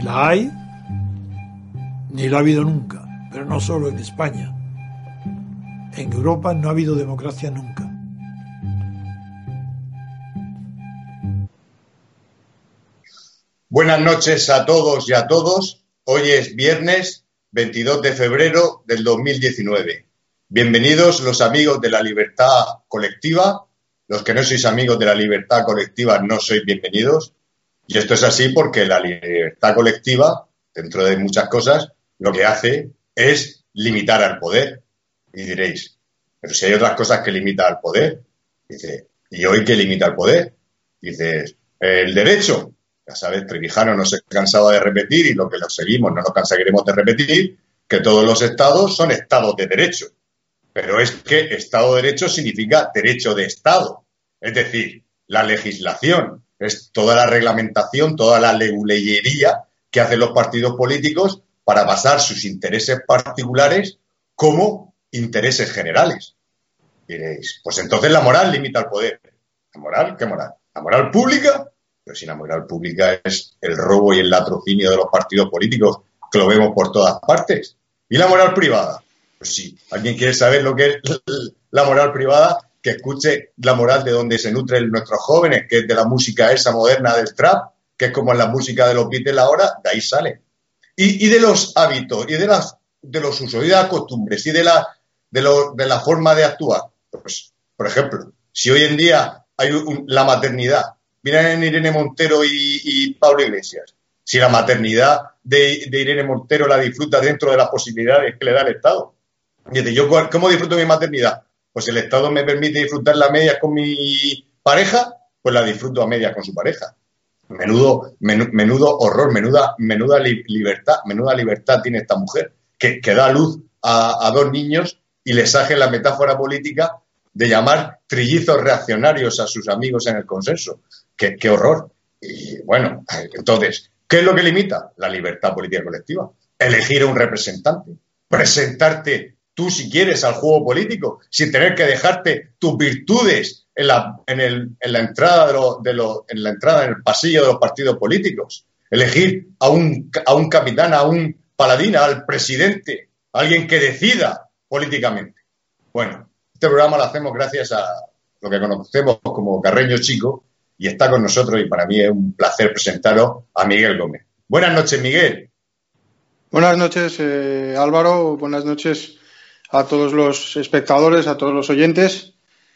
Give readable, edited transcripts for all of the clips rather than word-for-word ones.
la hay, ni la ha habido nunca, pero no solo en España. En Europa no ha habido democracia nunca. Buenas noches a todos y a todos. Hoy es viernes 22 de febrero del 2019. Bienvenidos los amigos de la libertad colectiva. Los que no sois amigos de la libertad colectiva no sois bienvenidos. Y esto es así porque la libertad colectiva, dentro de muchas cosas, lo que hace es limitar al poder. Y diréis, pero si hay otras cosas que limitan al poder. Dice, ¿y hoy qué limita al poder? Dices, el derecho. Ya sabes, Trevijano no se cansaba de repetir, y lo que lo seguimos no nos cansaremos de repetir, que todos los estados son estados de derecho. Pero es que Estado de Derecho significa derecho de Estado. Es decir, la legislación, es toda la reglamentación, toda la leguleyería que hacen los partidos políticos para basar sus intereses particulares como intereses generales. Diréis, pues entonces la moral limita al poder. ¿La moral? ¿Qué moral? ¿La moral pública? Pero si la moral pública es el robo y el latrocinio de los partidos políticos, que lo vemos por todas partes. ¿Y la moral privada? Pues si alguien quiere saber lo que es la moral privada, que escuche la moral de donde se nutren nuestros jóvenes, que es de la música esa moderna del trap, que es como en la música de los Beatles ahora, de ahí sale. Y de los hábitos, y de los usos, y de las costumbres, y de la forma de actuar. Pues, por ejemplo, si hoy en día hay la maternidad, miren Irene Montero y Pablo Iglesias, si la maternidad de Irene Montero la disfruta dentro de las posibilidades que le da el Estado. Y dice, ¿yo cómo disfruto mi maternidad? Pues si el Estado me permite disfrutarla a medias con mi pareja, pues la disfruto a medias con su pareja. Menudo horror, menuda libertad tiene esta mujer, que da luz a dos niños y les hace la metáfora política de llamar trillizos reaccionarios a sus amigos en el consenso. ¡Qué horror! Y bueno, entonces, ¿qué es lo que limita? La libertad política colectiva. Elegir a un representante. Presentarte tú, si quieres, al juego político, sin tener que dejarte tus virtudes en la entrada en el pasillo de los partidos políticos. Elegir a un capitán, a un paladín, al presidente, a alguien que decida políticamente. Bueno, este programa lo hacemos gracias a lo que conocemos como Carreño Chico, y está con nosotros, y para mí es un placer presentaros a Miguel Gómez. Buenas noches, Miguel. Buenas noches, Álvaro. Buenas noches a todos los espectadores, a todos los oyentes.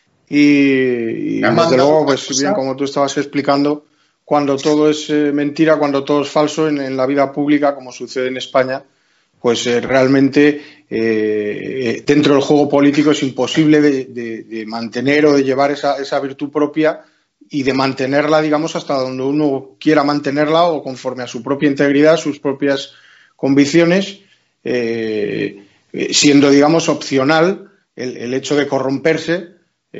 Y desde luego, pues bien, como tú estabas explicando, cuando todo es mentira, cuando todo es falso en la vida pública, como sucede en España, pues realmente dentro del juego político es imposible de mantener o de llevar esa virtud propia y de mantenerla, digamos, hasta donde uno quiera mantenerla o conforme a su propia integridad, sus propias convicciones, siendo, digamos, opcional el hecho de corromperse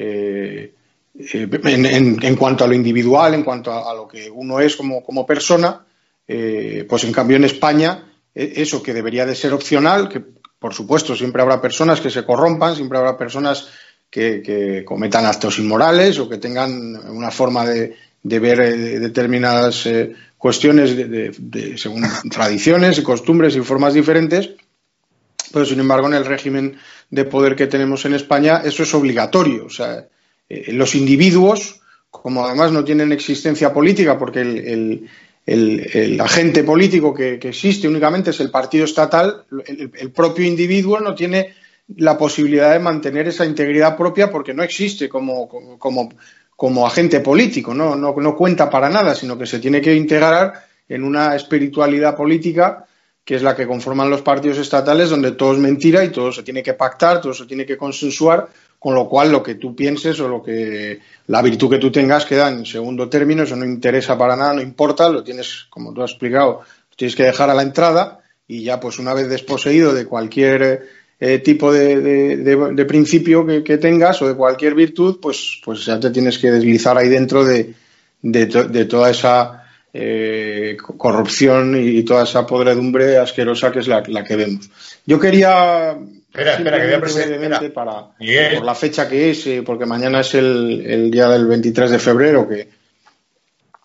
en cuanto a lo individual, en cuanto a lo que uno es como persona, pues en cambio en España eso que debería de ser opcional, que por supuesto siempre habrá personas que se corrompan, siempre habrá personas que cometan actos inmorales o que tengan una forma de ver determinadas cuestiones según tradiciones y costumbres y formas diferentes, pero sin embargo en el régimen de poder que tenemos en España eso es obligatorio. O sea, los individuos, como además no tienen existencia política porque el agente político que existe únicamente es el partido estatal, el propio individuo no tiene la posibilidad de mantener esa integridad propia porque no existe como agente político, no cuenta para nada, sino que se tiene que integrar en una espiritualidad política que es la que conforman los partidos estatales, donde todo es mentira y todo se tiene que pactar, todo se tiene que consensuar, con lo cual lo que tú pienses o la virtud que tú tengas queda en segundo término, eso no interesa para nada, no importa, lo tienes, como tú has explicado, lo tienes que dejar a la entrada y ya pues una vez desposeído de cualquier tipo de principio que tengas o de cualquier virtud, pues ya te tienes que deslizar ahí dentro de toda esa corrupción y toda esa podredumbre asquerosa que es la que vemos. Yo quería... Espera, que voy a presentar. Por la fecha que es, porque mañana es el día del 23 de febrero, que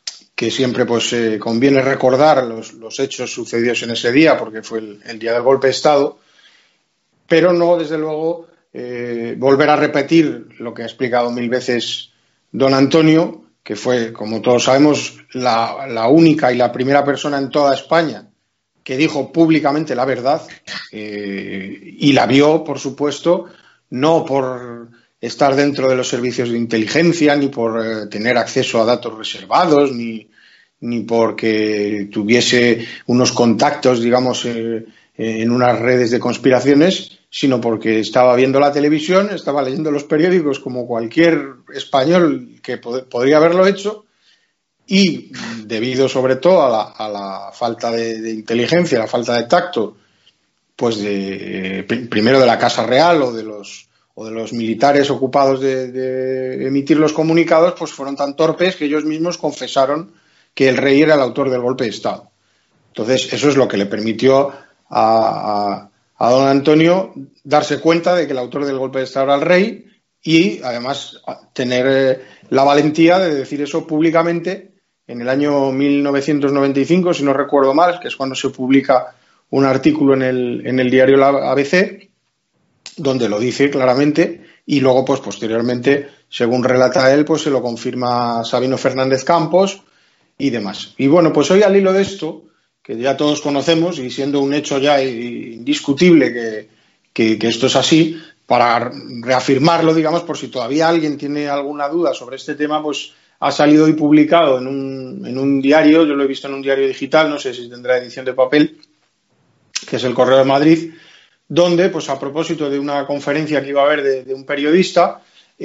que siempre pues conviene recordar los hechos sucedidos en ese día, porque fue el día del golpe de Estado, pero no, desde luego, volver a repetir lo que ha explicado mil veces don Antonio, que fue, como todos sabemos, la única y la primera persona en toda España que dijo públicamente la verdad, y la vio, por supuesto, no por estar dentro de los servicios de inteligencia, ni por tener acceso a datos reservados, ni porque tuviese unos contactos, digamos, en unas redes de conspiraciones, sino porque estaba viendo la televisión, estaba leyendo los periódicos como cualquier español que podría haberlo hecho, y debido sobre todo a la falta de inteligencia, la falta de tacto, pues primero de la Casa Real o de los militares ocupados de emitir los comunicados, pues fueron tan torpes que ellos mismos confesaron que el rey era el autor del golpe de Estado. Entonces, eso es lo que le permitió a don Antonio darse cuenta de que el autor del golpe de Estado era el rey, y además tener la valentía de decir eso públicamente en el año 1995, si no recuerdo mal, que es cuando se publica un artículo en el diario La ABC, donde lo dice claramente, y luego pues posteriormente, según relata él, pues se lo confirma Sabino Fernández Campos y demás. Y bueno, pues hoy, al hilo de esto, que ya todos conocemos y siendo un hecho ya indiscutible que esto es así, para reafirmarlo, digamos, por si todavía alguien tiene alguna duda sobre este tema, pues ha salido hoy publicado en un diario, yo lo he visto en un diario digital, no sé si tendrá edición de papel, que es el Correo de Madrid, donde, pues a propósito de una conferencia que iba a haber de un periodista,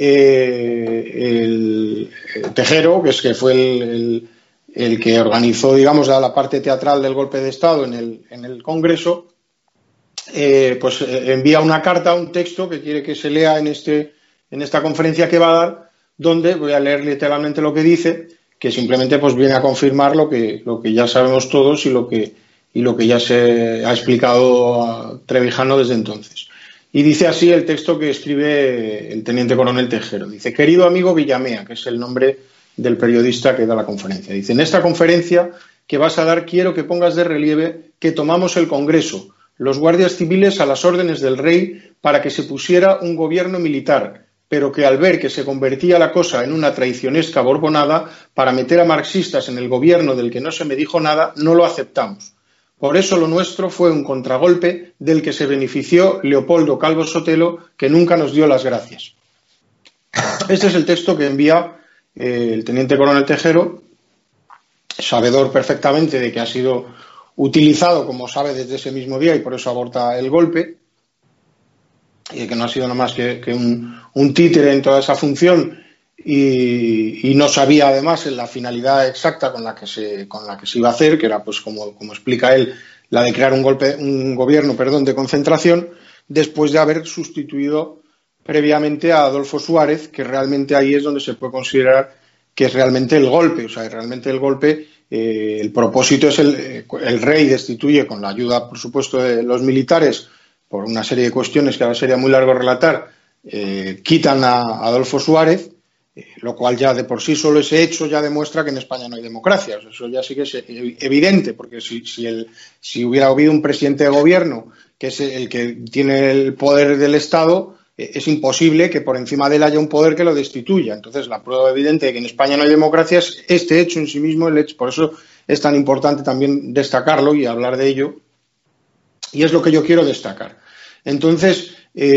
el Tejero, que fue el que organizó, digamos, la parte teatral del golpe de Estado en el Congreso, pues envía una carta, un texto que quiere que se lea en esta conferencia que va a dar, donde voy a leer literalmente lo que dice, que simplemente pues viene a confirmar lo que ya sabemos todos y lo que ya se ha explicado a Trevijano desde entonces. Y dice así el texto que escribe el teniente coronel Tejero. Dice: querido amigo Villamea, que es el nombre del periodista que da la conferencia. Dice: en esta conferencia que vas a dar quiero que pongas de relieve que tomamos el Congreso, los guardias civiles a las órdenes del rey para que se pusiera un gobierno militar, pero que al ver que se convertía la cosa en una traicionesca borbonada para meter a marxistas en el gobierno del que no se me dijo nada, no lo aceptamos. Por eso lo nuestro fue un contragolpe del que se benefició Leopoldo Calvo Sotelo, que nunca nos dio las gracias. Este es el texto que envía el teniente coronel Tejero, sabedor perfectamente de que ha sido utilizado, como sabe, desde ese mismo día, y por eso aborta el golpe, y que no ha sido nada más que un títere en toda esa función, y no sabía además la finalidad exacta con la que se iba a hacer, que era, pues como explica él, la de crear un gobierno de concentración, después de haber sustituido previamente a Adolfo Suárez, que realmente ahí es donde se puede considerar que es realmente el golpe. O sea, realmente el golpe, el propósito es el rey destituye, con la ayuda, por supuesto, de los militares, por una serie de cuestiones que ahora sería muy largo relatar, quitan a Adolfo Suárez, lo cual ya de por sí solo ese hecho ya demuestra que en España no hay democracia. O sea, eso ya sí que es evidente, porque si hubiera habido un presidente de gobierno que es el que tiene el poder del Estado, es imposible que por encima de él haya un poder que lo destituya. Entonces, la prueba evidente de que en España no hay democracia es este hecho en sí mismo, el hecho. Por eso es tan importante también destacarlo y hablar de ello, y es lo que yo quiero destacar. Entonces,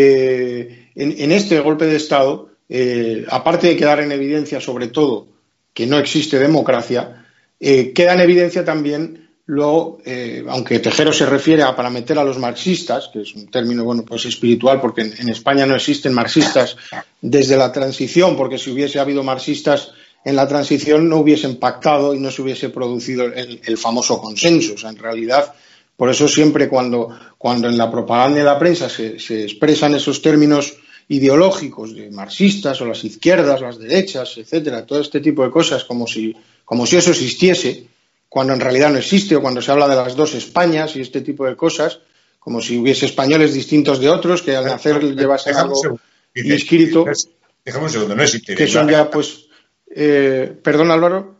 en este golpe de Estado, aparte de quedar en evidencia sobre todo que no existe democracia, queda en evidencia también luego, aunque Tejero se refiere para meter a los marxistas, que es un término pues espiritual, porque en España no existen marxistas desde la transición, porque si hubiese habido marxistas en la transición no hubiesen pactado y no se hubiese producido el famoso consenso. O sea, en realidad, por eso siempre cuando en la propaganda y la prensa se expresan esos términos ideológicos de marxistas o las izquierdas, las derechas, etcétera, todo este tipo de cosas, como si eso existiese, cuando en realidad no existe, o cuando se habla de las dos Españas y este tipo de cosas, como si hubiese españoles distintos de otros que al nacer llevasen algo inscrito. Déjame un segundo, no existe. Que son ya, pues... perdón, Álvaro.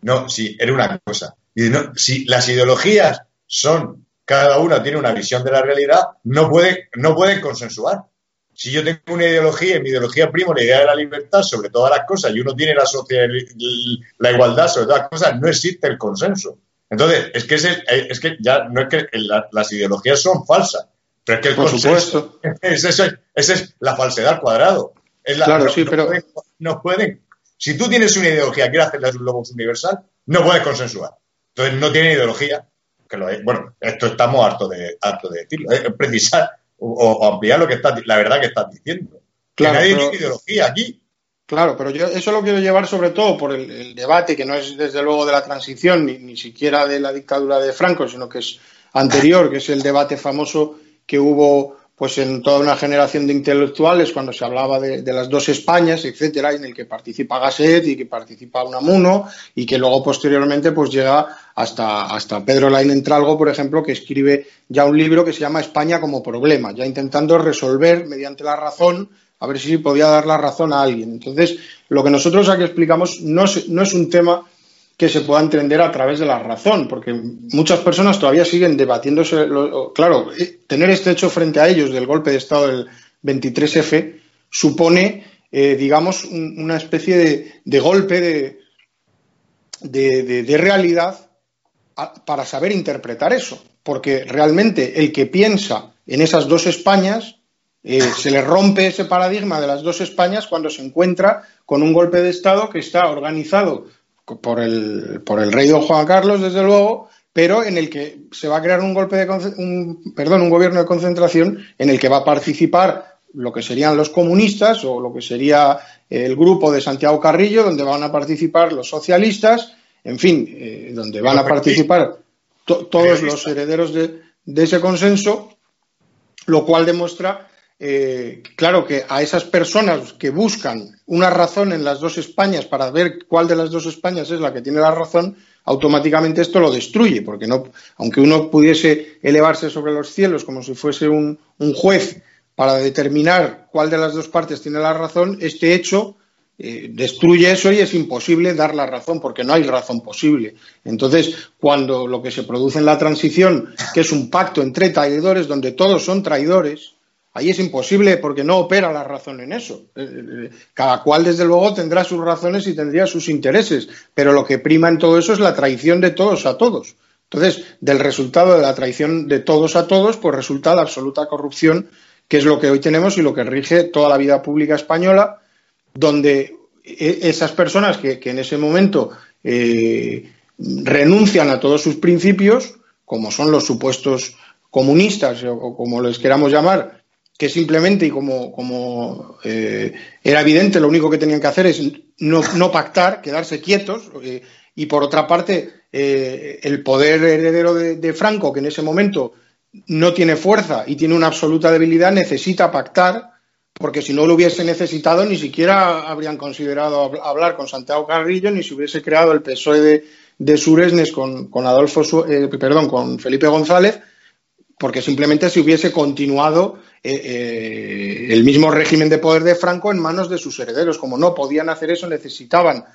No, sí, era una cosa. Y no, si las ideologías son, cada una tiene una visión de la realidad, no pueden consensuar. Si yo tengo una ideología y mi ideología primo la idea de la libertad sobre todas las cosas y uno tiene la igualdad sobre todas las cosas, no existe el consenso. Entonces, es que ya no es que las ideologías son falsas, pero es que el Por consenso esa es la falsedad al cuadrado. Claro, sí, pero no pueden. Si tú tienes una ideología que quieres hacerla un logos universal, no puedes consensuar. Entonces no tiene ideología, que lo es. Bueno, esto estamos hartos de decirlo, es precisar o ampliar la verdad que estás diciendo. Claro, que nadie tiene ideología aquí. Claro, pero yo eso lo quiero llevar sobre todo por el debate, que no es desde luego de la transición, ni siquiera de la dictadura de Franco, sino que es anterior, que es el debate famoso que hubo pues en toda una generación de intelectuales cuando se hablaba de las dos Españas, etcétera, en el que participa Gasset y que participa Unamuno y que luego posteriormente pues llega hasta Pedro Laín Entralgo, por ejemplo, que escribe ya un libro que se llama España como problema, ya intentando resolver mediante la razón, a ver si podía dar la razón a alguien. Entonces, lo que nosotros aquí explicamos no es un tema que se pueda entender a través de la razón, porque muchas personas todavía siguen debatiéndose. Claro, tener este hecho frente a ellos del golpe de Estado del 23F supone, digamos, una especie de golpe de realidad para saber interpretar eso, porque realmente el que piensa en esas dos Españas se le rompe ese paradigma de las dos Españas cuando se encuentra con un golpe de Estado que está organizado por el rey don Juan Carlos, desde luego, pero en el que se va a crear un gobierno de concentración en el que va a participar lo que serían los comunistas o lo que sería el grupo de Santiago Carrillo, donde van a participar los socialistas, en fin, donde van a participar todos los herederos de ese consenso, lo cual demuestra claro que a esas personas que buscan una razón en las dos Españas para ver cuál de las dos Españas es la que tiene la razón, automáticamente esto lo destruye, porque no, aunque uno pudiese elevarse sobre los cielos como si fuese un juez para determinar cuál de las dos partes tiene la razón, este hecho destruye eso y es imposible dar la razón, porque no hay razón posible. Entonces, cuando lo que se produce en la transición, que es un pacto entre traidores, donde todos son traidores, ahí es imposible porque no opera la razón en eso. Cada cual, desde luego, tendrá sus razones y tendría sus intereses, pero lo que prima en todo eso es la traición de todos a todos. Entonces, del resultado de la traición de todos a todos, pues resulta la absoluta corrupción, que es lo que hoy tenemos y lo que rige toda la vida pública española, donde esas personas que en ese momento renuncian a todos sus principios, como son los supuestos comunistas o como les queramos llamar, que simplemente, y como era evidente, lo único que tenían que hacer es no pactar, quedarse quietos, y por otra parte, el poder heredero de Franco, que en ese momento no tiene fuerza y tiene una absoluta debilidad, necesita pactar, porque si no lo hubiese necesitado, ni siquiera habrían considerado hablar con Santiago Carrillo, ni se hubiese creado el PSOE de Suresnes con Felipe González, porque simplemente se hubiese continuado el mismo régimen de poder de Franco en manos de sus herederos. Como no podían hacer eso, necesitaban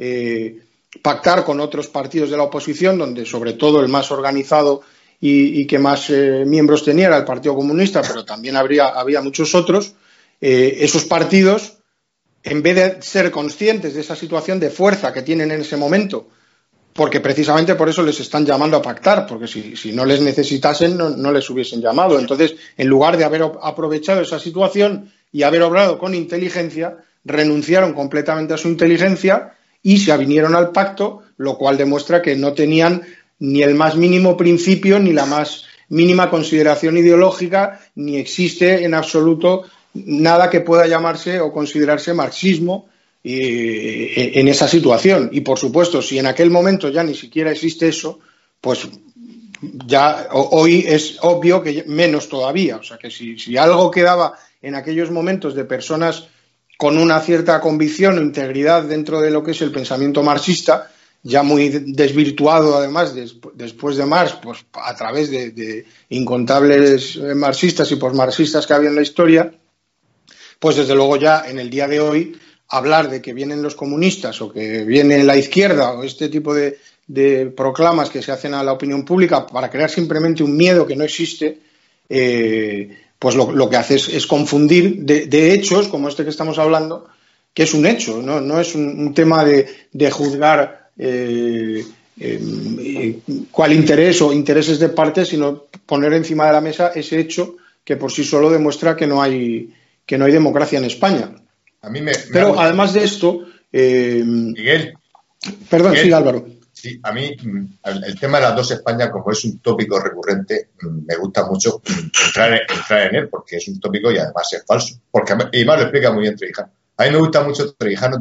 pactar con otros partidos de la oposición, donde sobre todo el más organizado y que más miembros tenía era el Partido Comunista, pero también había muchos otros. Esos partidos, en vez de ser conscientes de esa situación de fuerza que tienen en ese momento, porque precisamente por eso les están llamando a pactar, porque si no les necesitasen no les hubiesen llamado. Entonces, en lugar de haber aprovechado esa situación y haber obrado con inteligencia, renunciaron completamente a su inteligencia y se avinieron al pacto, lo cual demuestra que no tenían ni el más mínimo principio, ni la más mínima consideración ideológica, ni existe en absoluto nada que pueda llamarse o considerarse marxismo en esa situación. Y por supuesto, si en aquel momento ya ni siquiera existe eso, pues ya hoy es obvio que menos todavía. O sea que si algo quedaba en aquellos momentos de personas con una cierta convicción o integridad dentro de lo que es el pensamiento marxista, ya muy desvirtuado además después de Marx, pues a través de incontables marxistas y posmarxistas que había en la historia, pues desde luego ya en el día de hoy hablar de que vienen los comunistas o que viene la izquierda o este tipo de proclamas que se hacen a la opinión pública para crear simplemente un miedo que no existe, pues lo que hace es confundir de hechos como este que estamos hablando, que es un hecho, no es un tema de juzgar cuál interés o intereses de parte, sino poner encima de la mesa ese hecho que por sí solo demuestra que no hay democracia en España. Pero además de esto, Miguel, perdón, sí, Álvaro. Sí, a mí el tema de las dos Españas, como es un tópico recurrente, me gusta mucho entrar en él, porque es un tópico y además es falso. Porque y más lo explica muy bien Trevijano. A mí me gusta mucho Trevijano,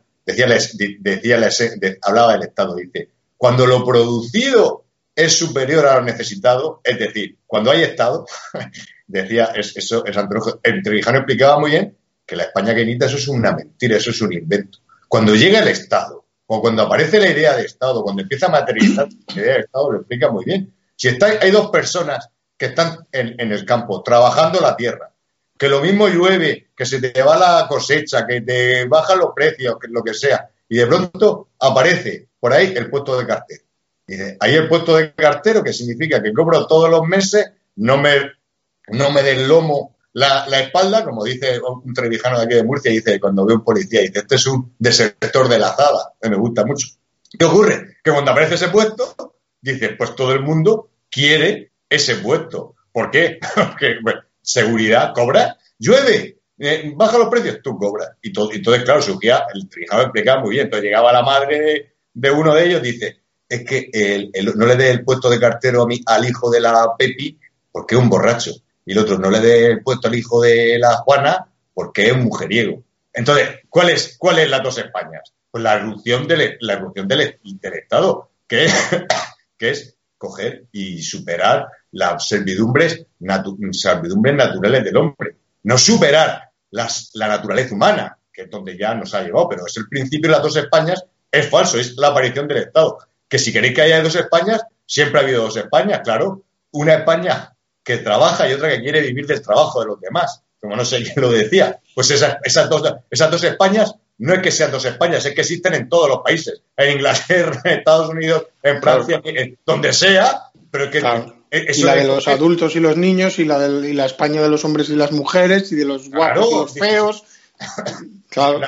hablaba del Estado, dice, cuando lo producido es superior a lo necesitado, es decir, cuando hay Estado, decía, eso es antropológico. Trevijano explicaba muy bien que la España que necesita, eso es una mentira, eso es un invento. Cuando llega el Estado, o cuando aparece la idea de Estado, cuando empieza a materializar la idea de Estado, lo explica muy bien. Si hay dos personas que están en el campo, trabajando la tierra, que lo mismo llueve, que se te va la cosecha, que te bajan los precios, que lo que sea, y de pronto aparece por ahí el puesto de cartero. Y dice, ahí el puesto de cartero, que significa que cobro todos los meses, no me deslomo la espalda, como dice un trevijano de aquí de Murcia, dice, cuando ve un policía, dice, este es un desertor de la azada, me gusta mucho. ¿Qué ocurre? Que cuando aparece ese puesto, dice, pues todo el mundo quiere ese puesto. ¿Por qué? Porque seguridad, cobra, llueve, baja los precios, tú cobras. Y entonces, claro, surgía, el trevijano explicaba muy bien, entonces llegaba la madre de uno de ellos, dice, es que no le dé el puesto de cartero al hijo de la Pepi porque es un borracho. Y el otro, no le dé el puesto al hijo de la Juana porque es un mujeriego. Entonces, ¿cuál es las dos Españas? Pues la erupción del Estado, que es coger y superar las servidumbres naturales del hombre. No superar la naturaleza humana, que es donde ya nos ha llevado, pero es el principio de las dos Españas, es falso, es la aparición del Estado. Que si queréis que haya dos Españas, siempre ha habido dos Españas, claro. Una España que trabaja y otra que quiere vivir del trabajo de los demás, como no sé quién lo decía. Pues esas dos Españas no es que sean dos Españas, es que existen en todos los países, en Inglaterra, en Estados Unidos, en Francia, claro, donde sea, pero que... Claro. Y la de los adultos y los niños, y la España de los hombres y las mujeres, y de los guapos y los feos. Claro.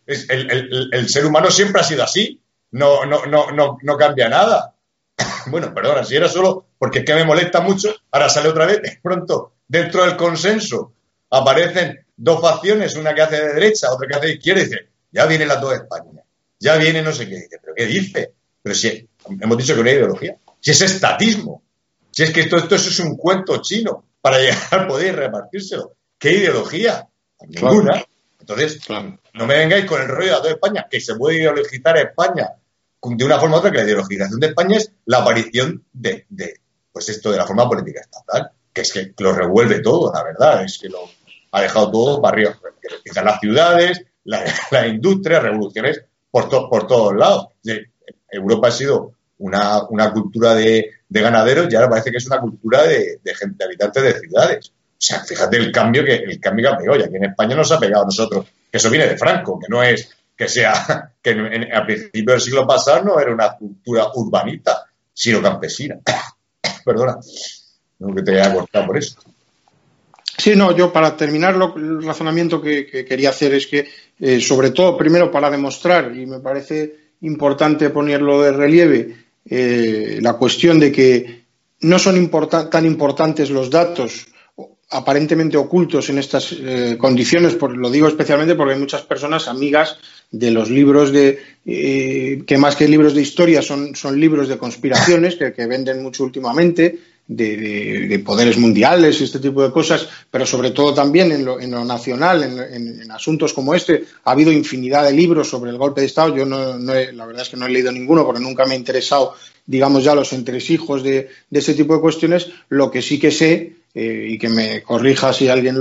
El ser humano siempre ha sido así, no cambia nada. Bueno, perdona, si era solo porque es que me molesta mucho, ahora sale otra vez, de pronto, dentro del consenso, aparecen dos facciones, una que hace de derecha, otra que hace de izquierda, y dice, ya vienen las dos Españas, ya viene no sé qué, dice, ¿pero qué dice? Pero si hemos dicho que no hay ideología, si es estatismo, si es que esto es un cuento chino para llegar al poder y repartírselo, ¿qué ideología? Ninguna. Claro. Entonces, claro, no me vengáis con el rollo de las dos Españas, que se puede ideologizar a España de una forma u otra, que la ideologización de España es la aparición de la forma política estatal, que es que lo revuelve todo, la verdad, es que lo ha dejado todo para arriba, que las ciudades, la industria, revoluciones por todos lados. Europa ha sido una cultura de ganaderos y ahora parece que es una cultura de gente, de habitantes de ciudades. O sea, fíjate el cambio que ha pegado, y aquí en España nos ha pegado a nosotros, que eso viene de Franco, que no es que sea, que a principios del siglo pasado no era una cultura urbanita, sino campesina. Perdona, no que te haya cortado por eso. Sí, no, yo para terminar el razonamiento que quería hacer es que, sobre todo, primero para demostrar, y me parece importante ponerlo de relieve, la cuestión de que no son tan importantes los datos aparentemente ocultos en estas condiciones, lo digo especialmente porque hay muchas personas amigas de los libros que más que libros de historia son libros de conspiraciones que venden mucho últimamente, de poderes mundiales y este tipo de cosas, pero sobre todo también en lo nacional, en asuntos como este. Ha habido infinidad de libros sobre el golpe de Estado. Yo la verdad es que no he leído ninguno porque nunca me ha interesado, digamos, ya los entresijos de ese tipo de cuestiones. Lo que sí que sé, y que me corrija si alguien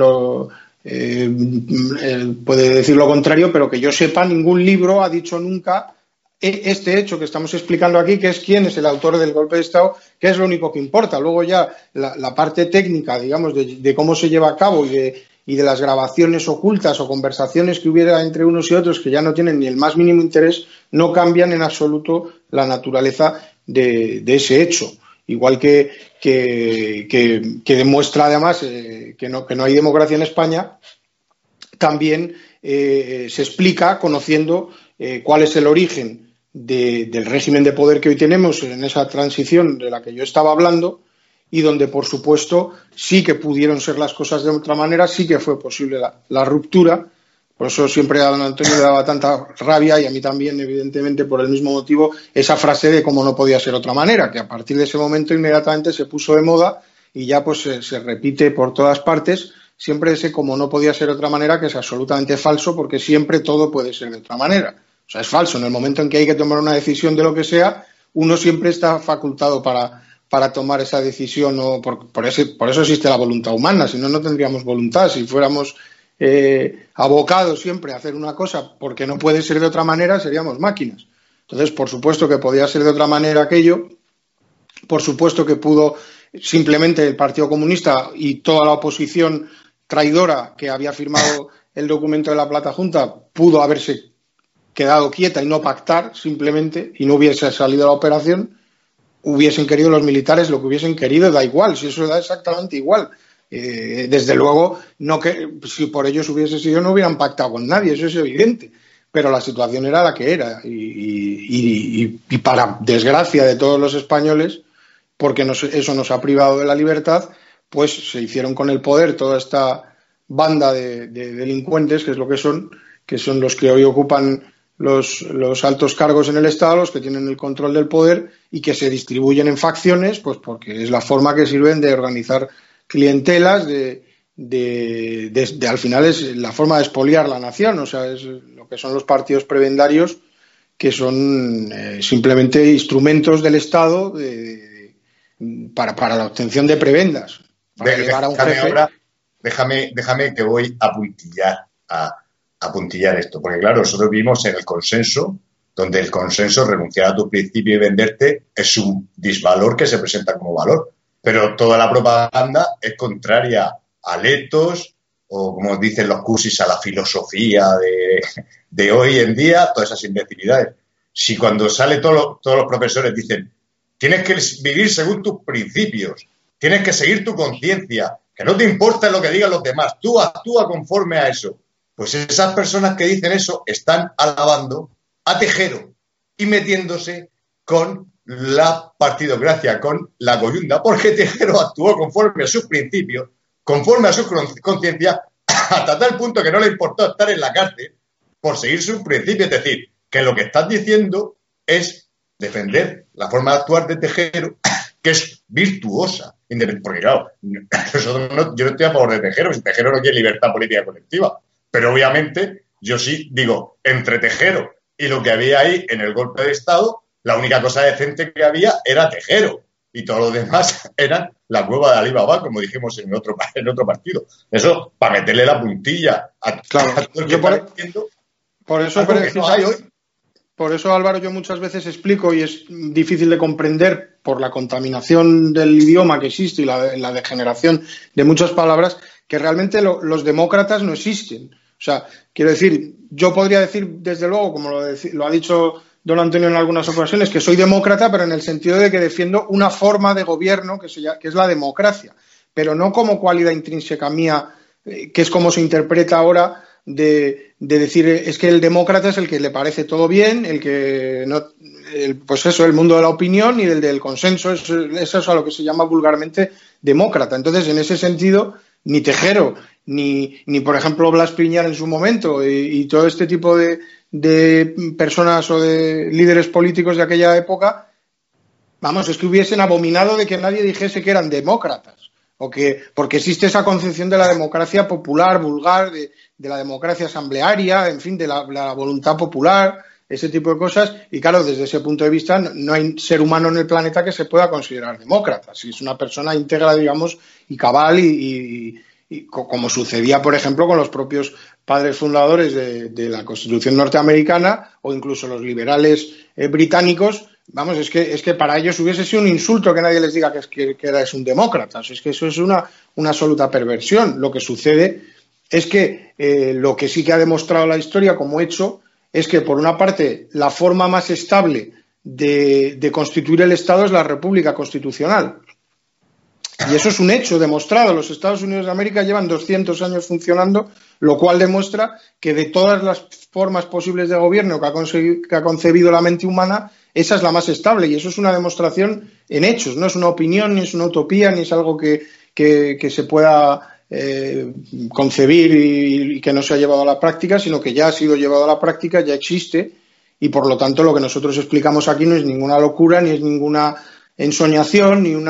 puede decir lo contrario, pero que yo sepa, ningún libro ha dicho nunca este hecho que estamos explicando aquí, que es quién es el autor del golpe de Estado, que es lo único que importa. Luego ya la parte técnica, digamos, de cómo se lleva a cabo y de las grabaciones ocultas o conversaciones que hubiera entre unos y otros que ya no tienen ni el más mínimo interés, no cambian en absoluto la naturaleza de ese hecho. Igual que demuestra además que no hay democracia en España, también se explica conociendo cuál es el origen del régimen de poder que hoy tenemos en esa transición de la que yo estaba hablando, y donde, por supuesto, sí que pudieron ser las cosas de otra manera, sí que fue posible la ruptura. Por eso siempre a don Antonio le daba tanta rabia, y a mí también, evidentemente, por el mismo motivo, esa frase de cómo no podía ser otra manera, que a partir de ese momento inmediatamente se puso de moda y ya pues se repite por todas partes, siempre ese como no podía ser de otra manera, que es absolutamente falso, porque siempre todo puede ser de otra manera. O sea, es falso. En el momento en que hay que tomar una decisión de lo que sea, uno siempre está facultado para tomar esa decisión. Por eso existe la voluntad humana, si no, no tendríamos voluntad. Si fuéramos abocados siempre a hacer una cosa porque no puede ser de otra manera, seríamos máquinas. Entonces, por supuesto que podía ser de otra manera aquello, por supuesto que pudo simplemente el Partido Comunista y toda la oposición traidora que había firmado el documento de la Plata Junta pudo haberse quedado quieta y no pactar simplemente, y no hubiese salido la operación. Hubiesen querido los militares lo que hubiesen querido, da igual, si eso da exactamente igual. Desde luego, no que si por ellos hubiese sido, no hubieran pactado con nadie, eso es evidente. Pero la situación era la que era, y para desgracia de todos los españoles, porque eso nos ha privado de la libertad, pues se hicieron con el poder toda esta banda de delincuentes, que son los que hoy ocupan los altos cargos en el Estado, los que tienen el control del poder, y que se distribuyen en facciones, pues porque es la forma que sirven de organizar clientelas, al final es la forma de expoliar la nación. O sea, es lo que son los partidos prebendarios, que son simplemente instrumentos del Estado para la obtención de prebendas. Para llegar a un jefe. Ahora, déjame que voy a puntillar esto, porque claro, nosotros vivimos en el consenso, donde el consenso, renunciar a tu principio y venderte, es un disvalor que se presenta como valor, pero toda la propaganda es contraria al ethos, o como dicen los cursis, a la filosofía de hoy en día, todas esas imbecilidades. Si cuando sale todos los profesores dicen, tienes que vivir según tus principios, tienes que seguir tu conciencia, que no te importa lo que digan los demás, tú actúa conforme a eso. Pues esas personas que dicen eso están alabando a Tejero y metiéndose con la partidocracia, con la coyunda, porque Tejero actuó conforme a sus principios, conforme a su conciencia, hasta tal punto que no le importó estar en la cárcel por seguir sus principios. Es decir, que lo que estás diciendo es defender la forma de actuar de Tejero, que es virtuosa. Porque claro, yo no estoy a favor de Tejero, si Tejero no quiere libertad política colectiva. Pero obviamente, yo sí digo, entre Tejero y lo que había ahí en el golpe de Estado, la única cosa decente que había era Tejero. Y todo lo demás eran la cueva de Alibaba, como dijimos en otro partido. Eso, para meterle la puntilla a claro, todo el que está diciendo. Por eso, Álvaro, yo muchas veces explico, y es difícil de comprender por la contaminación del idioma que existe y la degeneración de muchas palabras, que realmente los demócratas no existen. O sea, quiero decir, yo podría decir, desde luego, como lo ha dicho don Antonio en algunas ocasiones, que soy demócrata, pero en el sentido de que defiendo una forma de gobierno que es la democracia, pero no como cualidad intrínseca mía, que es como se interpreta ahora, de decir, es que el demócrata es el que le parece todo bien, el que no, pues eso, el mundo de la opinión y el del consenso, eso es a lo que se llama vulgarmente demócrata. Entonces, en ese sentido, ni Tejero, ni por ejemplo Blas Piñar en su momento, y todo este tipo de personas o de líderes políticos de aquella época, vamos, es que hubiesen abominado de que nadie dijese que eran demócratas, porque existe esa concepción de la democracia popular, vulgar, de la democracia asamblearia, en fin, de la voluntad popular, ese tipo de cosas, y claro, desde ese punto de vista no hay ser humano en el planeta que se pueda considerar demócrata. Si es una persona íntegra, digamos, y cabal, y como sucedía, por ejemplo, con los propios padres fundadores de la Constitución norteamericana, o incluso los liberales británicos. Vamos, es que para ellos hubiese sido un insulto que nadie les diga que eres un demócrata. Es que eso es una absoluta perversión. Lo que sucede es que lo que sí que ha demostrado la historia como hecho es que, por una parte, la forma más estable de constituir el Estado es la República Constitucional. Y eso es un hecho demostrado. Los Estados Unidos de América llevan 200 años funcionando, lo cual demuestra que de todas las formas posibles de gobierno que ha concebido la mente humana, esa es la más estable. Y eso es una demostración en hechos. No es una opinión, ni es una utopía, ni es algo que se pueda concebir y que no se ha llevado a la práctica, sino que ya ha sido llevado a la práctica, ya existe. Y por lo tanto lo que nosotros explicamos aquí no es ninguna locura, ni es ninguna ensoñación, ni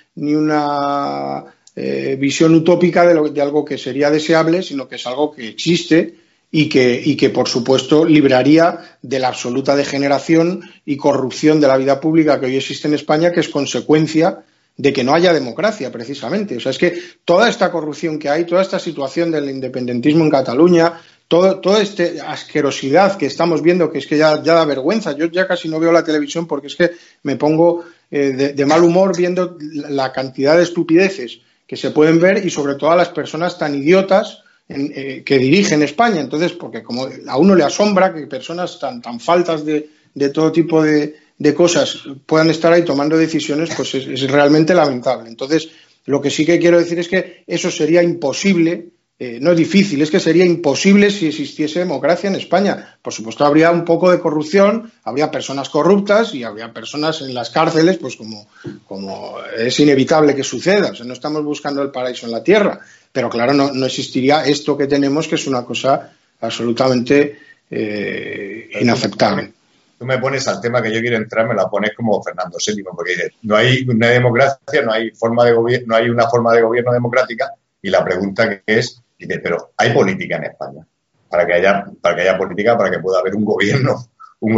una visión utópica de algo que sería deseable, sino que es algo que existe y que por supuesto libraría de la absoluta degeneración y corrupción de la vida pública que hoy existe en España, que es consecuencia de que no haya democracia, precisamente. O sea, es que toda esta corrupción que hay, toda esta situación del independentismo en Cataluña, toda esta asquerosidad que estamos viendo, que es que ya da vergüenza. Yo ya casi no veo la televisión porque es que me pongo de mal humor viendo la cantidad de estupideces que se pueden ver y sobre todo a las personas tan idiotas que dirigen España. Entonces, porque como a uno le asombra que personas tan faltas de todo tipo de cosas puedan estar ahí tomando decisiones, pues es realmente lamentable. Entonces, lo que sí que quiero decir es que eso sería imposible. No es difícil, es que sería imposible si existiese democracia en España. Por supuesto, habría un poco de corrupción, habría personas corruptas y habría personas en las cárceles, pues como es inevitable que suceda. O sea, no estamos buscando el paraíso en la tierra, pero claro, no existiría esto que tenemos, que es una cosa absolutamente inaceptable. Tú me pones al tema que yo quiero entrar, me la pones como Fernando VII, porque dices, no hay una democracia, no hay forma de gobierno, no hay una forma de gobierno democrática, y la pregunta que es, dice, pero ¿hay política en España? Para que haya política, para que pueda haber un gobierno un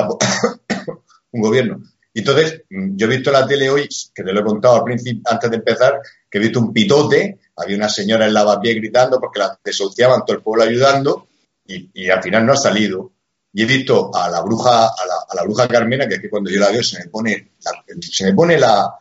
gobierno. Y entonces, yo he visto la tele hoy, que te lo he contado al principio, antes de empezar, que he visto un pitote, había una señora en Lavapiés gritando porque la desahuciaban, todo el pueblo ayudando, y al final no ha salido. Y he visto a la bruja Carmena, que es que cuando yo la veo se me pone la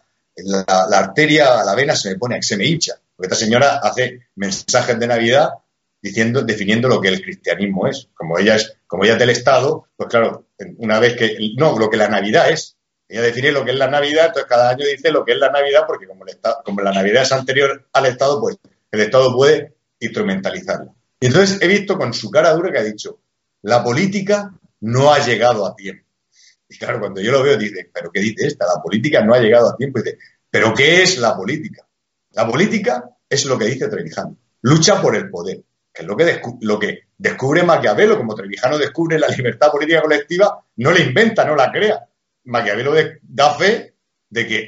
arteria, la vena se me hincha. Porque esta señora hace mensajes de Navidad definiendo lo que el cristianismo es. Como ella es del Estado, pues claro, una vez lo que la Navidad es. Ella define lo que es la Navidad, entonces cada año dice lo que es la Navidad, porque como la Navidad es anterior al Estado, pues el Estado puede instrumentalizarla. Y entonces he visto con su cara dura que ha dicho, la política no ha llegado a tiempo. Y claro, cuando yo lo veo, dice, ¿pero qué dice esta? La política no ha llegado a tiempo. Y dice, ¿pero qué es la política? La política es lo que dice Trevijano. Lucha por el poder, que es lo que descubre Maquiavelo. Como Trevijano descubre la libertad política colectiva, no la inventa, no la crea. Maquiavelo da fe de que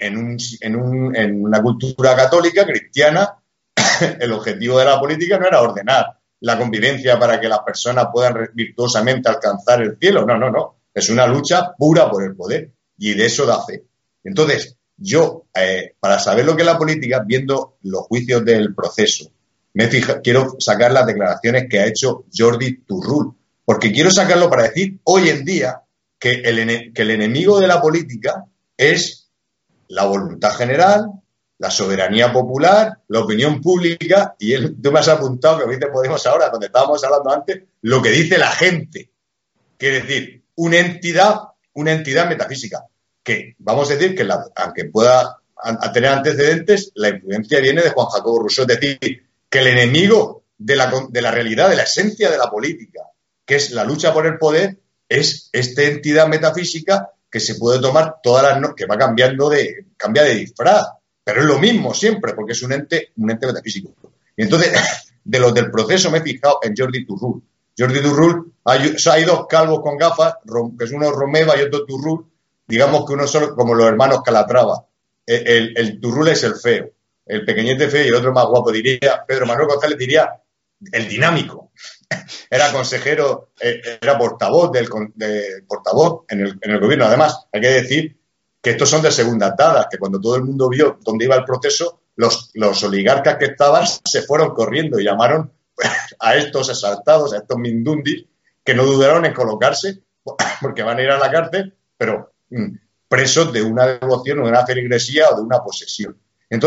en una cultura católica, cristiana, el objetivo de la política no era ordenar la convivencia para que las personas puedan virtuosamente alcanzar el cielo. No. Es una lucha pura por el poder y de eso da fe. Entonces, yo, para saber lo que es la política, viendo los juicios del proceso, quiero sacar las declaraciones que ha hecho Jordi Turull, porque quiero sacarlo para decir hoy en día que el enemigo de la política es la voluntad general, la soberanía popular, la opinión pública, y tú me has apuntado, que ahorita Podemos ahora, donde estábamos hablando antes, lo que dice la gente. Quiere decir, una entidad metafísica, que vamos a decir que aunque pueda tener antecedentes, la influencia viene de Juan Jacobo Rousseau, es decir, que el enemigo de la realidad, de la esencia de la política, que es la lucha por el poder, es esta entidad metafísica que se puede tomar que va cambia de disfraz, pero es lo mismo siempre, porque es un ente metafísico. Y entonces, de los del proceso me he fijado en Jordi Turull. Jordi Turull, hay dos calvos con gafas, que es uno Romeva y otro Turull, digamos que uno solo, como los hermanos Calatrava. El Turull es el feo, el pequeñete feo y el otro más guapo, diría, Pedro Manuel González diría, el dinámico. Era consejero, era portavoz portavoz en el gobierno. Además, hay que decir que estos son de segunda tada, que cuando todo el mundo vio dónde iba el proceso, los oligarcas que estaban se fueron corriendo y llamaron a estos exaltados, a estos mindundis, que no dudaron en colocarse, porque van a ir a la cárcel, pero presos de una devoción o de una feligresía o de una posesión. Entonces,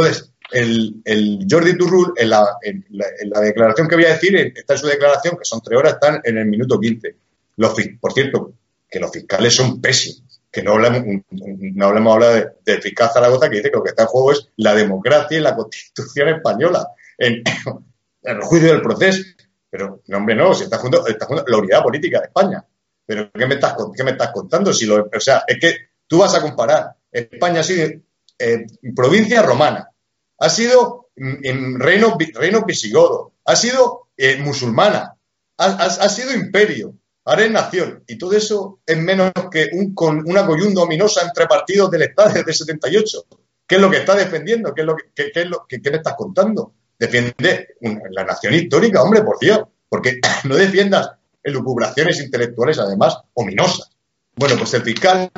el Jordi Turull, en la declaración que voy a decir, está en su declaración, que son 3 horas, están en el minuto 15. Por cierto, que los fiscales son pésimos. Que no hablemos ahora del fiscal Zaragoza, que dice que lo que está en juego es la democracia y la Constitución española en el juicio del proceso. Pero, no, hombre, no, si está jugando la unidad política de España. Pero, ¿qué me estás contando? O sea, es que tú vas a comparar. España ha sido provincia romana, ha sido reino visigodo, ha sido musulmana, ha sido imperio, ahora es nación. Y todo eso es menos que una coyunda ominosa entre partidos del Estado desde el 78. ¿Qué es lo que está defendiendo? ¿Qué me estás contando? Defiende la nación histórica, hombre, por Dios, porque no defiendas elucubraciones intelectuales, además, ominosas. Bueno, pues el fiscal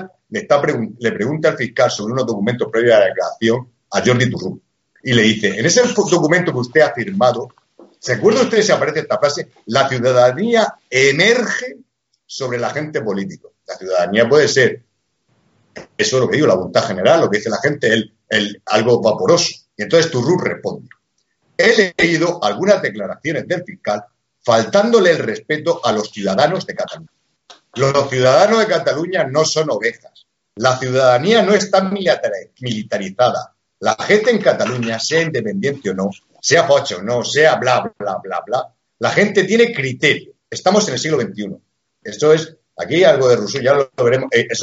le pregunta al fiscal sobre unos documentos previos a la declaración a Jordi Turull y le dice, en ese documento que usted ha firmado, ¿se acuerda usted si aparece esta frase? La ciudadanía emerge sobre el agente político. La ciudadanía puede ser, eso es lo que digo, la voluntad general, lo que dice la gente, algo vaporoso. Y entonces Turull responde, he leído algunas declaraciones del fiscal faltándole el respeto a los ciudadanos de Cataluña. Los ciudadanos de Cataluña no son ovejas. La ciudadanía no está militarizada. La gente en Cataluña, sea independiente o no, sea facha o no, sea bla, bla, bla, bla, la gente tiene criterio. Estamos en el siglo XXI. Esto es, aquí algo de Rousseau, ya lo veremos. Esto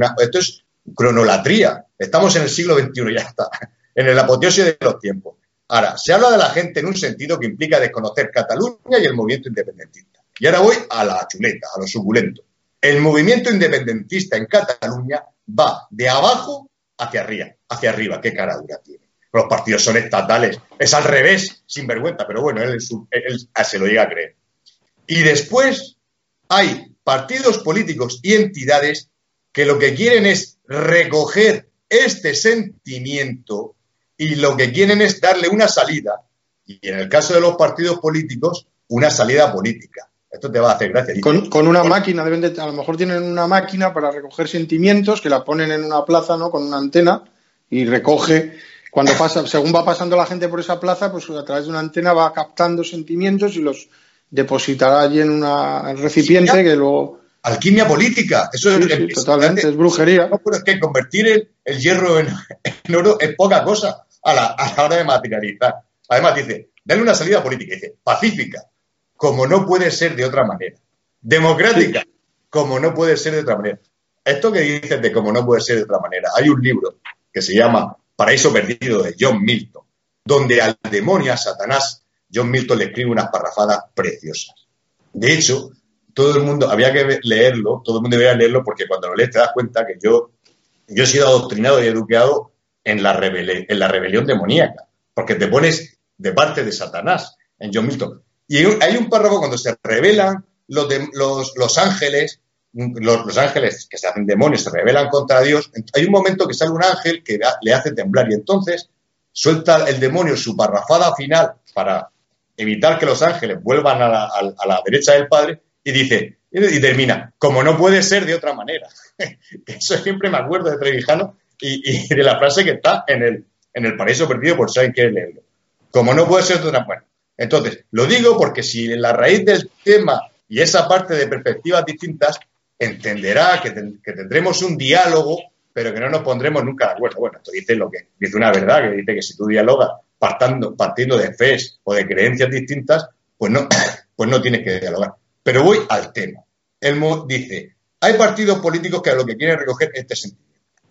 es cronolatría. Estamos en el siglo XXI, ya está. En el apoteosis de los tiempos. Ahora, se habla de la gente en un sentido que implica desconocer Cataluña y el movimiento independentista. Y ahora voy a la chuleta, a lo suculento. El movimiento independentista en Cataluña va de abajo hacia arriba. Qué cara dura tiene. Los partidos son estatales. Es al revés, sin vergüenza, pero bueno, él se lo llega a creer. Y después hay partidos políticos y entidades que lo que quieren es recoger este sentimiento y lo que quieren es darle una salida, y en el caso de los partidos políticos, una salida política. Esto te va a hacer gracia. Con una máquina, a lo mejor tienen una máquina para recoger sentimientos, que la ponen en una plaza, ¿no?, con una antena, y recoge, según va pasando la gente por esa plaza, pues a través de una antena va captando sentimientos y los depositará allí en un recipiente, sí, que luego... Alquimia política, eso sí, es totalmente, es brujería. No, pero es que convertir el hierro en oro es poca cosa a la hora de materializar. Además dice, dale una salida política, dice, pacífica, como no puede ser de otra manera. Democrática, sí, como no puede ser de otra manera. Esto que dices de como no puede ser de otra manera, hay un libro que se llama Paraíso Perdido, de John Milton, donde al demonio, a Satanás, John Milton le escribe unas parrafadas preciosas. De hecho, todo el mundo, había que leerlo, todo el mundo debería leerlo, porque cuando lo lees te das cuenta que yo he sido adoctrinado y educado en la rebelión demoníaca, porque te pones de parte de Satanás en John Milton. Y hay un párrafo cuando se rebelan los ángeles, los ángeles que se hacen demonios, se rebelan contra Dios. Hay un momento que sale un ángel que le hace temblar y entonces suelta el demonio su parrafada final para evitar que los ángeles vuelvan a la derecha del Padre y dice, y termina, como no puede ser de otra manera. Eso siempre me acuerdo de Trevijano y de la frase que está en el Paraíso Perdido, por si alguien quiere leerlo. Como no puede ser de otra manera. Entonces, lo digo porque si en la raíz del tema y esa parte de perspectivas distintas, entenderá que tendremos un diálogo, pero que no nos pondremos nunca de acuerdo. Bueno, esto dice una verdad, que dice que si tú dialogas partiendo de fes o de creencias distintas, pues no tienes que dialogar. Pero voy al tema. Él dice, hay partidos políticos que a lo que quieren recoger este sentimiento.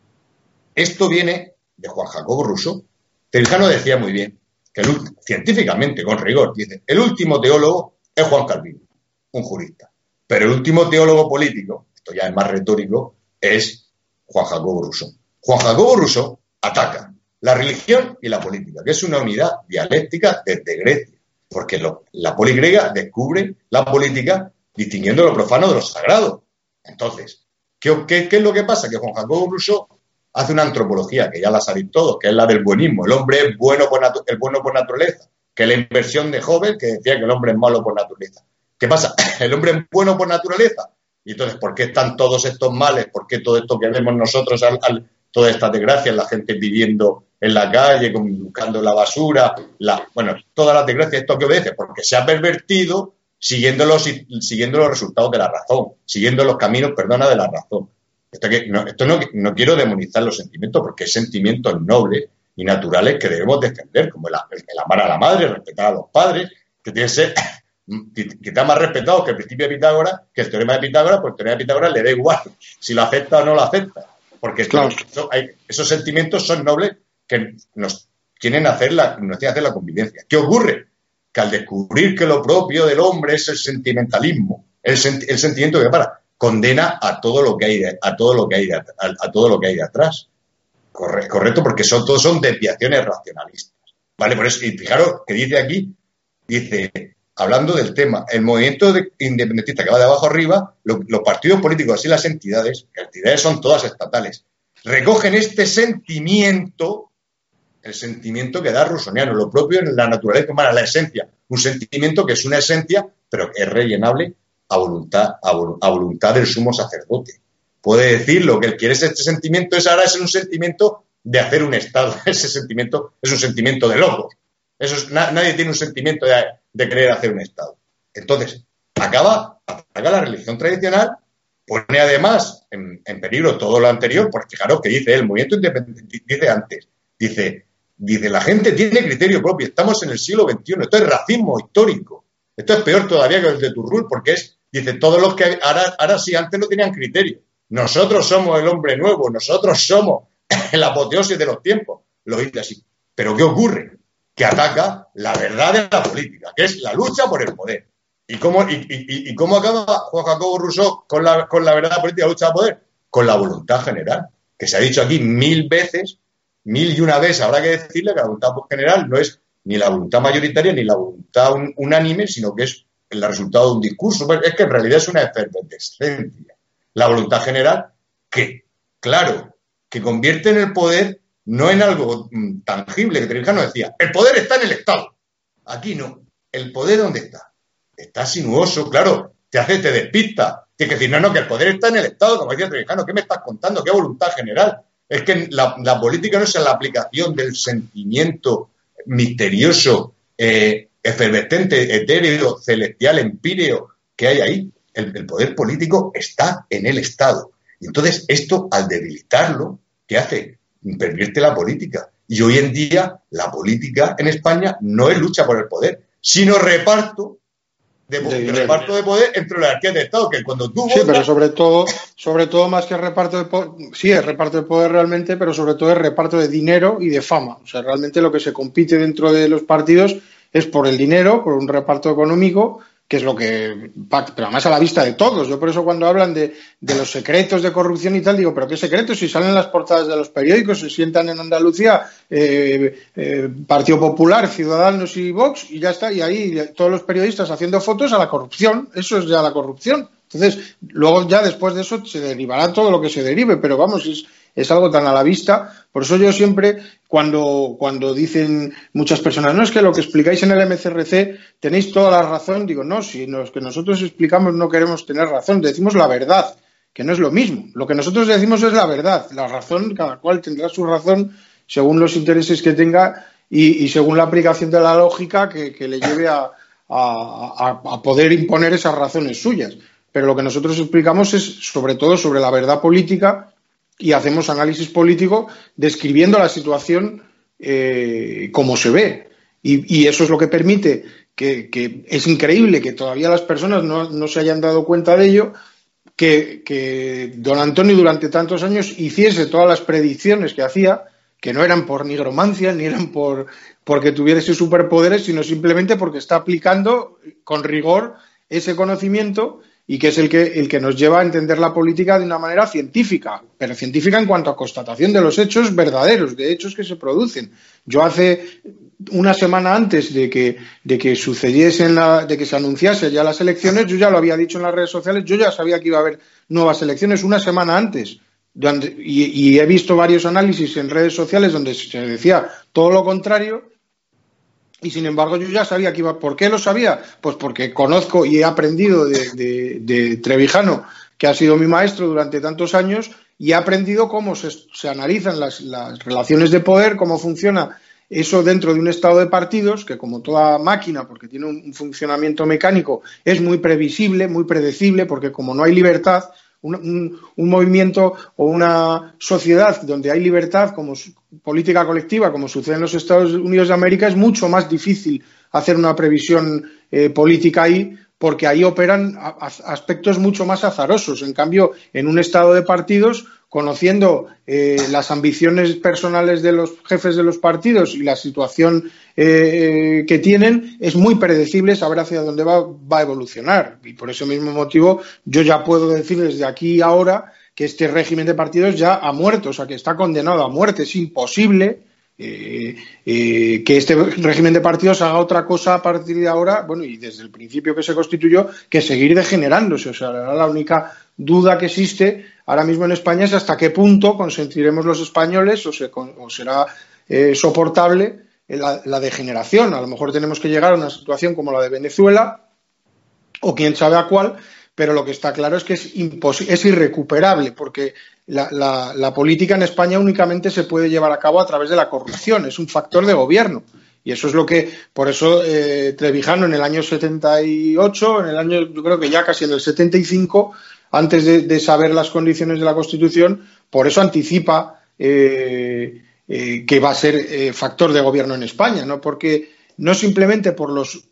Esto viene de Juan Jacobo Rousseau. Trevijano decía muy bien, que científicamente, con rigor, dice, el último teólogo es Juan Calvino, un jurista. Pero el último teólogo político, esto ya es más retórico, es Juan Jacobo Rousseau. Juan Jacobo Rousseau ataca la religión y la política, que es una unidad dialéctica desde Grecia, porque la poligrega descubre la política distinguiendo lo profano de lo sagrado. Entonces, ¿qué es lo que pasa? Que Juan Jacobo Rousseau hace una antropología, que ya la sabéis todos, que es la del buenismo. El hombre es bueno por naturaleza, que es la inversión de Hobbes, que decía que el hombre es malo por naturaleza. ¿Qué pasa? El hombre es bueno por naturaleza. Y entonces, ¿por qué están todos estos males? ¿Por qué todo esto que vemos nosotros, todas estas desgracias, la gente viviendo en la calle buscando la basura, todas las desgracias, esto que obedece, porque se ha pervertido siguiendo los resultados de la razón, siguiendo los caminos, de la razón. No quiero demonizar los sentimientos, porque hay sentimientos nobles y naturales que debemos defender, como el amar a la madre, respetar a los padres, que tiene que ser que está más respetado que el principio de Pitágoras, que el teorema de Pitágoras, pues el teorema de Pitágoras le da igual si lo acepta o no lo acepta, porque claro, esos sentimientos son nobles que nos tienen hacer la convivencia. ¿Qué ocurre? Que al descubrir que lo propio del hombre es el sentimentalismo, el sentimiento que condena a todo lo que hay de atrás. Correcto, porque todos son desviaciones racionalistas. Vale, por eso, y fijaros que dice aquí, hablando del tema, el movimiento independentista que va de abajo arriba, los partidos políticos, así las entidades son todas estatales, recogen este sentimiento, el sentimiento que da Rusoniano, lo propio en la naturaleza humana, la esencia, un sentimiento que es una esencia, pero que es rellenable a voluntad del sumo sacerdote. Puede decir lo que él quiere, este sentimiento es un sentimiento de hacer un Estado, ese sentimiento es un sentimiento de locos. Nadie tiene un sentimiento de querer hacer un Estado. Entonces, ataca la religión tradicional, pone además en peligro todo lo anterior, porque fijaros que dice el movimiento independiente, dice la gente tiene criterio propio, estamos en el siglo XXI, esto es racismo histórico, esto es peor todavía que el de Turrul, porque todos los que ahora sí, antes no tenían criterio. Nosotros somos el hombre nuevo, nosotros somos la apoteosis de los tiempos, lo dice así. Pero ¿qué ocurre? Que ataca la verdad de la política, que es la lucha por el poder. ¿Y cómo acaba Juan Jacobo Rousseau con la verdad política, la lucha por el poder? Con la voluntad general, que se ha dicho aquí 1000 veces, 1001 vez, habrá que decirle que la voluntad general no es ni la voluntad mayoritaria ni la voluntad unánime, sino que es el resultado de un discurso. Es que en realidad es una efervescencia. La voluntad general que convierte en el poder no en algo tangible, que Trevijano decía, el poder está en el Estado. Aquí no. ¿El poder dónde está? Está sinuoso, claro, te despista. Tienes que decir, no, que el poder está en el Estado, como decía Trevijano. ¿Qué me estás contando? ¿Qué voluntad general? Es que la política no es la aplicación del sentimiento misterioso, efervescente, etéreo, celestial, empíreo que hay ahí. El poder político está en el Estado. Y entonces esto, al debilitarlo, ¿qué hace? Pervierte la política. Y hoy en día la política en España no es lucha por el poder, sino reparto de poder entre las jerarquías de Estado, que cuando tú votas... Sí, pero sobre todo más que reparto de poder, sí, es reparto de poder realmente, pero sobre todo es reparto de dinero y de fama. O sea, realmente lo que se compite dentro de los partidos es por el dinero, por un reparto económico, que es lo que... Pero además a la vista de todos. Yo por eso cuando hablan de los secretos de corrupción y tal, digo, ¿pero qué secretos? Si salen en las portadas de los periódicos, se sientan en Andalucía, Partido Popular, Ciudadanos y Vox, y ya está, y ahí todos los periodistas haciendo fotos a la corrupción. Eso es ya la corrupción. Entonces, luego ya después de eso se derivará todo lo que se derive, pero vamos, es algo tan a la vista. Por eso yo siempre, cuando dicen muchas personas, no, es que lo que explicáis en el MCRC tenéis toda la razón, digo, no, si los que nosotros explicamos no queremos tener razón, decimos la verdad, que no es lo mismo. Lo que nosotros decimos es la verdad, la razón, cada cual tendrá su razón según los intereses que tenga y según la aplicación de la lógica que le lleve a poder imponer esas razones suyas. Pero lo que nosotros explicamos es sobre todo sobre la verdad política y hacemos análisis político describiendo la situación como se ve. Y eso es lo que permite que es increíble que todavía las personas no se hayan dado cuenta de ello, que don Antonio durante tantos años hiciese todas las predicciones que hacía, que no eran por nigromancia, ni eran porque tuviese superpoderes, sino simplemente porque está aplicando con rigor ese conocimiento y que es el que nos lleva a entender la política de una manera científica, pero científica en cuanto a constatación de los hechos verdaderos, de hechos que se producen. Yo hace una semana antes de que sucediesen, de que se anunciase ya las elecciones, yo ya lo había dicho en las redes sociales, yo ya sabía que iba a haber nuevas elecciones una semana antes. Y he visto varios análisis en redes sociales donde se decía todo lo contrario. Y sin embargo yo ya sabía que iba. ¿Por qué lo sabía? Pues porque conozco y he aprendido de Trevijano, que ha sido mi maestro durante tantos años, y ha aprendido cómo se analizan las relaciones de poder, cómo funciona eso dentro de un estado de partidos, que como toda máquina, porque tiene un funcionamiento mecánico, es muy previsible, muy predecible, porque como no hay libertad, un movimiento o una sociedad donde hay libertad como política colectiva, como sucede en los Estados Unidos de América, es mucho más difícil hacer una previsión política ahí, porque ahí operan aspectos mucho más azarosos. En cambio, en un estado de partidos, conociendo las ambiciones personales de los jefes de los partidos y la situación que tienen, es muy predecible saber hacia dónde va a evolucionar. Y por ese mismo motivo, yo ya puedo decir desde aquí ahora que este régimen de partidos ya ha muerto, o sea, que está condenado a muerte. Es imposible que este régimen de partidos haga otra cosa a partir de ahora, bueno, y desde el principio que se constituyó, que seguir degenerándose. O sea, la única duda que existe ahora mismo en España es hasta qué punto consentiremos los españoles o será soportable la degeneración. A lo mejor tenemos que llegar a una situación como la de Venezuela o quién sabe a cuál, pero lo que está claro es que es irrecuperable, porque la política en España únicamente se puede llevar a cabo a través de la corrupción, es un factor de gobierno. Y eso es lo que, por eso Trevijano en el año 78, yo creo que ya casi en el 75, antes de saber las condiciones de la Constitución, por eso anticipa que va a ser factor de gobierno en España, ¿no? Porque no simplemente por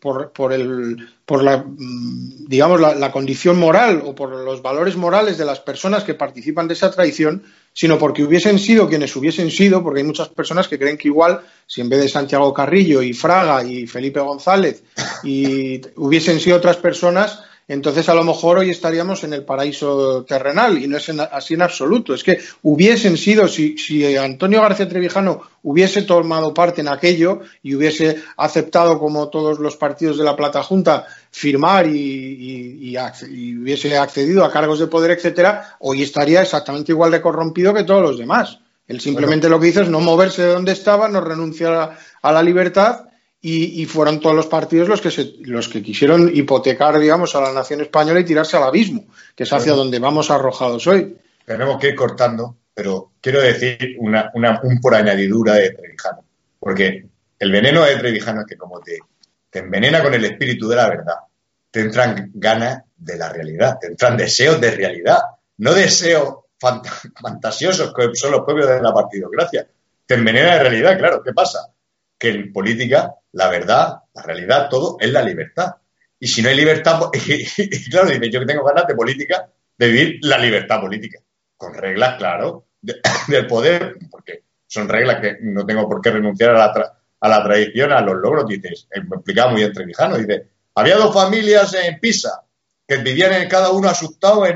la condición moral o por los valores morales de las personas que participan de esa tradición, sino porque hubiesen sido quienes hubiesen sido, porque hay muchas personas que creen que igual, si en vez de Santiago Carrillo y Fraga y Felipe González y hubiesen sido otras personas, entonces a lo mejor hoy estaríamos en el paraíso terrenal, y no es así en absoluto. Es que hubiesen sido, si Antonio García Trevijano hubiese tomado parte en aquello y hubiese aceptado, como todos los partidos de la Plata Junta, firmar y hubiese accedido a cargos de poder, etcétera, hoy estaría exactamente igual de corrompido que todos los demás. Él simplemente lo que hizo es no moverse de donde estaba, no renunciar a la libertad. Y fueron todos los partidos los que quisieron hipotecar, digamos, a la nación española y tirarse al abismo, que es hacia donde vamos arrojados hoy. Tenemos que ir cortando, pero quiero decir un por añadidura de Trevijano, porque el veneno de Trevijano es que como te envenena con el espíritu de la verdad, te entran ganas de la realidad, te entran deseos de realidad, no deseos fantasiosos que son los propios de la partidocracia. Te envenena de realidad, claro. ¿Qué pasa? Que en política la verdad, la realidad, todo es la libertad. Y si no hay libertad, y claro, dice, yo que tengo ganas de política, de vivir la libertad política, con reglas, claro, del poder, porque son reglas que no tengo por qué renunciar a la tradición, a los logros. Dices, me explicaba muy bien Trevijano, dice, había dos familias en Pisa que vivían cada uno asustado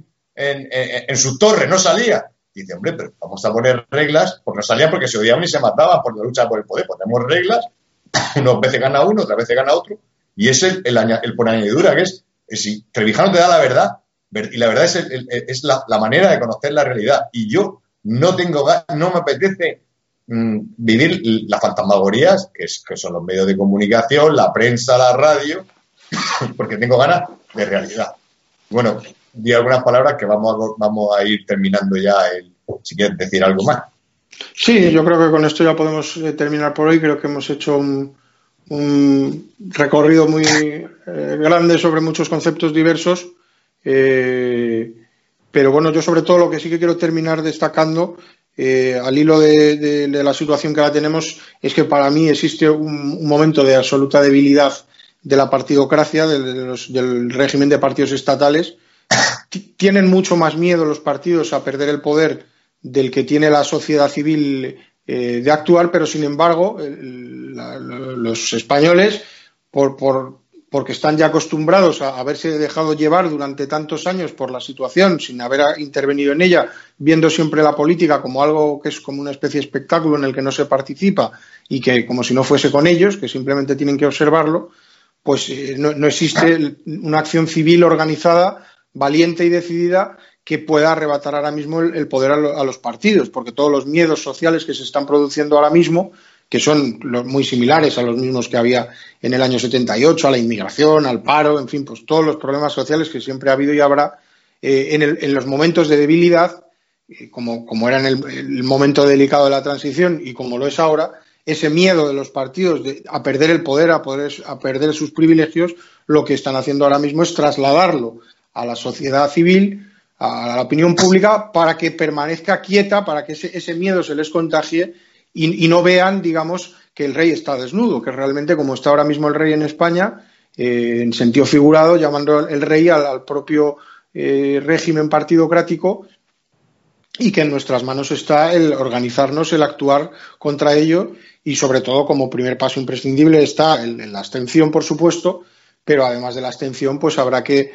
en su torre, no salía. Dice, hombre, pero vamos a poner reglas, pues no salían porque se odiaban y se mataban por la lucha por el poder. Ponemos reglas, unas veces gana uno, otras veces gana otro, y es el por añadidura, que es si Trevijano te da la verdad, y la verdad es la manera de conocer la realidad, y yo no me apetece vivir las fantasmagorías, que son los medios de comunicación, la prensa, la radio, porque tengo ganas de realidad. Bueno, di algunas palabras que vamos a ir terminando ya, si quieres decir algo más. Sí, yo creo que con esto ya podemos terminar por hoy. Creo que hemos hecho un recorrido muy grande sobre muchos conceptos diversos, pero bueno, yo sobre todo lo que sí que quiero terminar destacando, al hilo de la situación que ahora tenemos, es que para mí existe un momento de absoluta debilidad de la partidocracia, del régimen de partidos estatales. Tienen mucho más miedo los partidos a perder el poder del que tiene la sociedad civil de actuar, pero sin embargo los españoles, porque están ya acostumbrados a haberse dejado llevar durante tantos años por la situación sin haber intervenido en ella, viendo siempre la política como algo que es como una especie de espectáculo en el que no se participa y que como si no fuese con ellos, que simplemente tienen que observarlo, pues no existe una acción civil organizada, valiente y decidida, que pueda arrebatar ahora mismo el poder a los partidos, porque todos los miedos sociales que se están produciendo ahora mismo, que son muy similares a los mismos que había en el año 78, a la inmigración, al paro, en fin, pues todos los problemas sociales que siempre ha habido y habrá, en los momentos de debilidad, como era en el momento delicado de la transición y como lo es ahora, ese miedo de los partidos a perder el poder, a perder sus privilegios, lo que están haciendo ahora mismo es trasladarlo a la sociedad civil, a la opinión pública, para que permanezca quieta, para que ese miedo se les contagie y no vean, digamos, que el rey está desnudo, que realmente, como está ahora mismo el rey en España, en sentido figurado, llamando el rey al propio régimen partidocrático, y que en nuestras manos está el organizarnos, el actuar contra ello, y sobre todo, como primer paso imprescindible, está en la abstención, por supuesto, pero además de la abstención, pues habrá que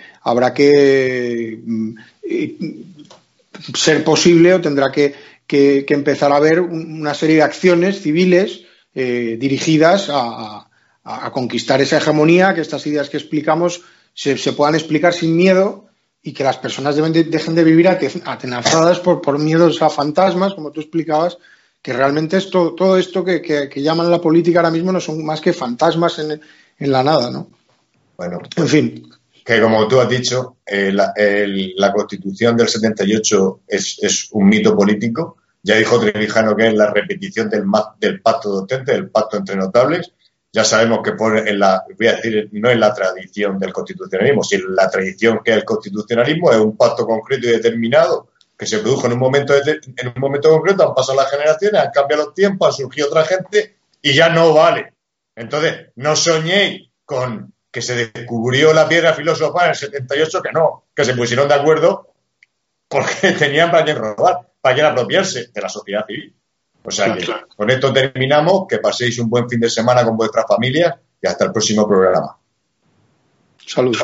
ser posible, o tendrá que empezar a haber una serie de acciones civiles dirigidas a conquistar esa hegemonía, que estas ideas que explicamos se puedan explicar sin miedo, y que las personas dejen de vivir atenazadas por miedos a fantasmas, como tú explicabas, que realmente todo esto que llaman la política ahora mismo no son más que fantasmas en la nada, ¿no? Bueno, en fin. Que como tú has dicho, la Constitución del 78 es un mito político. Ya dijo Trevijano que es la repetición del pacto de Ostende, del pacto entre notables. Ya sabemos que voy a decir, no es la tradición del constitucionalismo, sino la tradición que es el constitucionalismo, es un pacto concreto y determinado que se produjo en un momento concreto, han pasado las generaciones, han cambiado los tiempos, ha surgido otra gente y ya no vale. Entonces, no soñéis con que se descubrió la piedra filosofal en el 78, que se pusieron de acuerdo porque tenían para quién robar, para quién apropiarse de la sociedad civil. O sea que con esto terminamos, que paséis un buen fin de semana con vuestras familias y hasta el próximo programa. Saludos.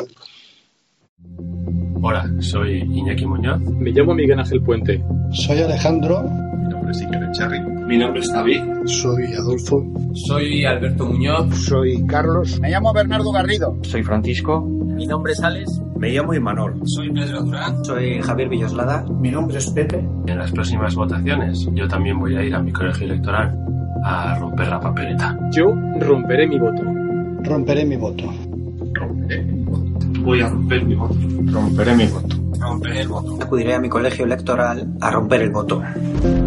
Hola, soy Iñaki Muñoz. Me llamo Miguel Ángel Puente. Soy Alejandro. Mi nombre es Iker Echarri. Mi nombre es David. Soy Adolfo. Soy Alberto Muñoz. Soy Carlos. Me llamo Bernardo Garrido. Soy Francisco. Mi nombre es Alex. Me llamo Imanol. Soy Pedro Durán. Soy Javier Villoslada. Mi nombre es Pepe. En las próximas votaciones yo también voy a ir a mi colegio electoral a romper la papeleta. Yo romperé mi voto. Romperé mi voto. Romperé mi voto. Voy a romper mi voto. Romperé mi voto. Romperé el voto. Acudiré a mi colegio electoral a romper el voto.